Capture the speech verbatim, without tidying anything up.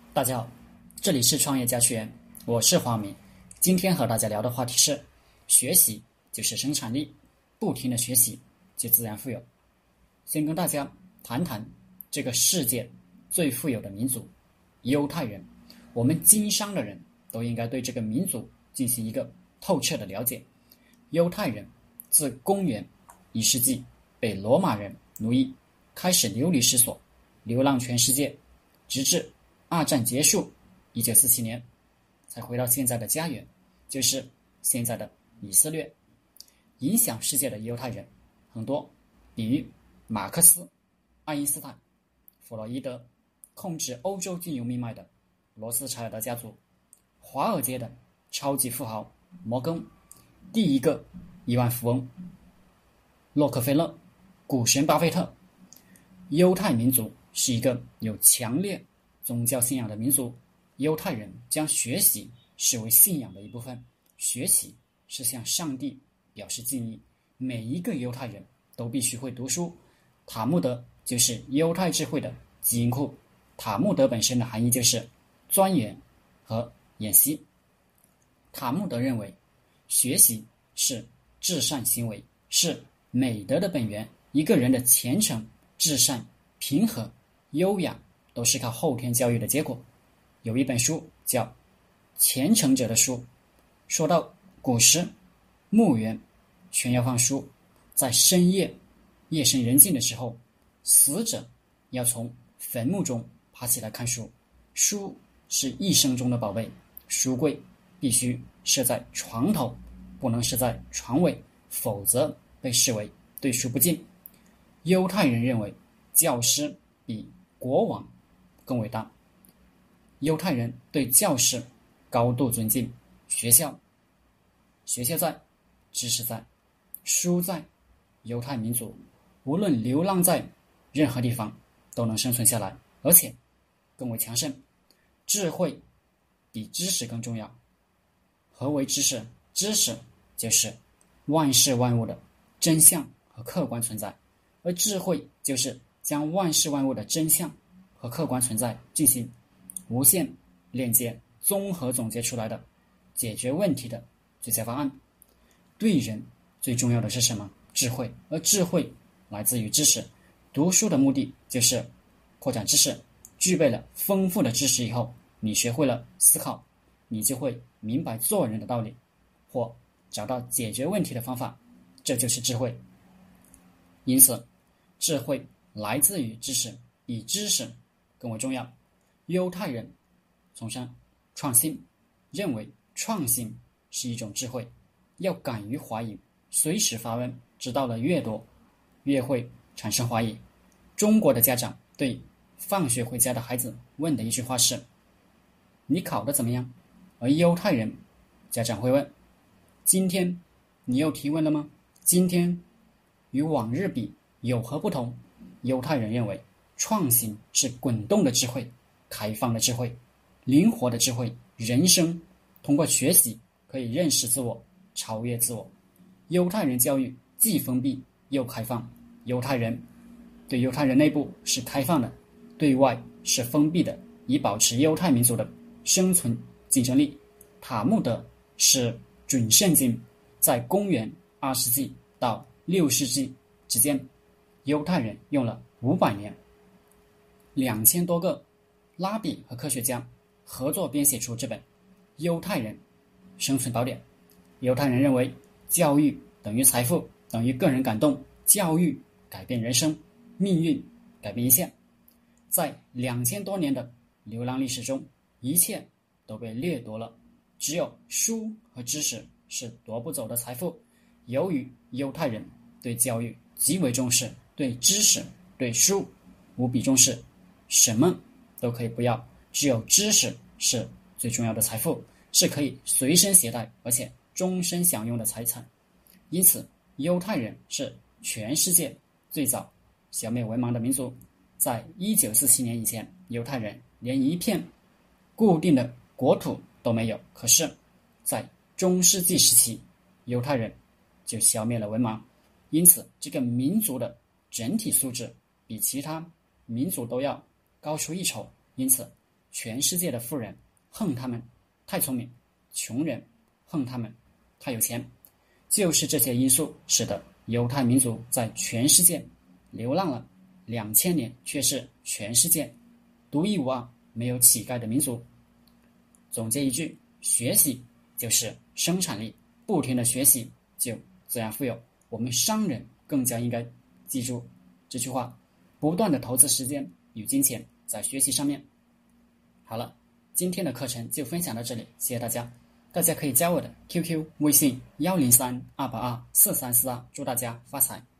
大家好，这里是创业家学员，我是黄明。今天和大家聊的话题是：学习就是生产力，不停的学习就自然富有。先跟大家谈谈这个世界最富有的民族——犹太人。我们经商的人都应该对这个民族进行一个透彻的了解。犹太人自公元一世纪被罗马人奴役，开始流离失所，流浪全世界，直至二战结束一九四七年才回到现在的家园，就是现在的以色列。影响世界的犹太人很多，比如马克思、爱因斯坦、弗洛伊德，控制欧洲金融命脉的罗斯柴尔德家族，华尔街的超级富豪摩根，第一个亿万富翁洛克菲勒，股神巴菲特。犹太民族是一个有强烈宗教信仰的民族，犹太人将学习视为信仰的一部分，学习是向上帝表示敬意，每一个犹太人都必须会读书。塔木德就是犹太智慧的基因库，塔木德本身的含义就是钻研和研习。塔木德认为，学习是至善行为，是美德的本源，一个人的虔诚、至善、平和、优雅都是靠后天教育的结果。有一本书叫《虔诚者的书》，说到古时墓园全要放书，在深夜夜深人静的时候，死者要从坟墓中爬起来看书，书是一生中的宝贝，书柜必须设在床头，不能设在床尾，否则被视为对书不敬。犹太人认为教师比国王更伟大，犹太人对教师高度尊敬。学校学校在，知识在，书在，犹太民族无论流浪在任何地方都能生存下来，而且更为强盛。智慧比知识更重要。何为知识？知识就是万事万物的真相和客观存在，而智慧就是将万事万物的真相和客观存在进行无限链接，综合总结出来的解决问题的最佳方案。对人最重要的是什么？智慧。而智慧来自于知识。读书的目的就是扩展知识，具备了丰富的知识以后，你学会了思考，你就会明白做人的道理，或找到解决问题的方法，这就是智慧。因此，智慧来自于知识，比知识更为重要。犹太人崇尚创新，认为创新是一种智慧，要敢于怀疑，随时发问，知道了越多，越会产生怀疑。中国的家长对放学回家的孩子问的一句话是：你考得怎么样？而犹太人家长会问：今天你又提问了吗？今天与往日比有何不同？犹太人认为创新是滚动的智慧，开放的智慧，灵活的智慧。人生通过学习可以认识自我，超越自我。犹太人教育既封闭又开放，犹太人对犹太人内部是开放的，对外是封闭的，以保持犹太民族的生存竞争力。塔木德是准圣经，在公元二世纪到六世纪之间，犹太人用了五百年，两千多个拉比和科学家合作编写出这本犹太人生存宝典。犹太人认为教育等于财富，等于个人感动，教育改变人生，命运改变一切。在两千多年的流浪历史中，一切都被掠夺了，只有书和知识是夺不走的财富。由于犹太人对教育极为重视，对知识、对书无比重视，什么都可以不要，只有知识是最重要的财富，是可以随身携带而且终身享用的财产。因此，犹太人是全世界最早消灭文盲的民族。在一九四七年以前，犹太人连一片固定的国土都没有，可是在中世纪时期，犹太人就消灭了文盲。因此，这个民族的整体素质比其他民族都要高出一筹。因此， 全世界的富人恨他们太聪明，穷人恨他们太有钱。就是这些因素使得犹太民族在全世界流浪了两千年，却是全世界独一无二没有乞丐的民族。总结一句，学习就是生产力，不停的学习就自然富有。我们商人更加应该记住这句话，不断的投资时间与金钱在学习上面。好了，今天的课程就分享到这里，谢谢大家。大家可以加我的 Q Q 微信幺零三二八二四三四二，祝大家发财。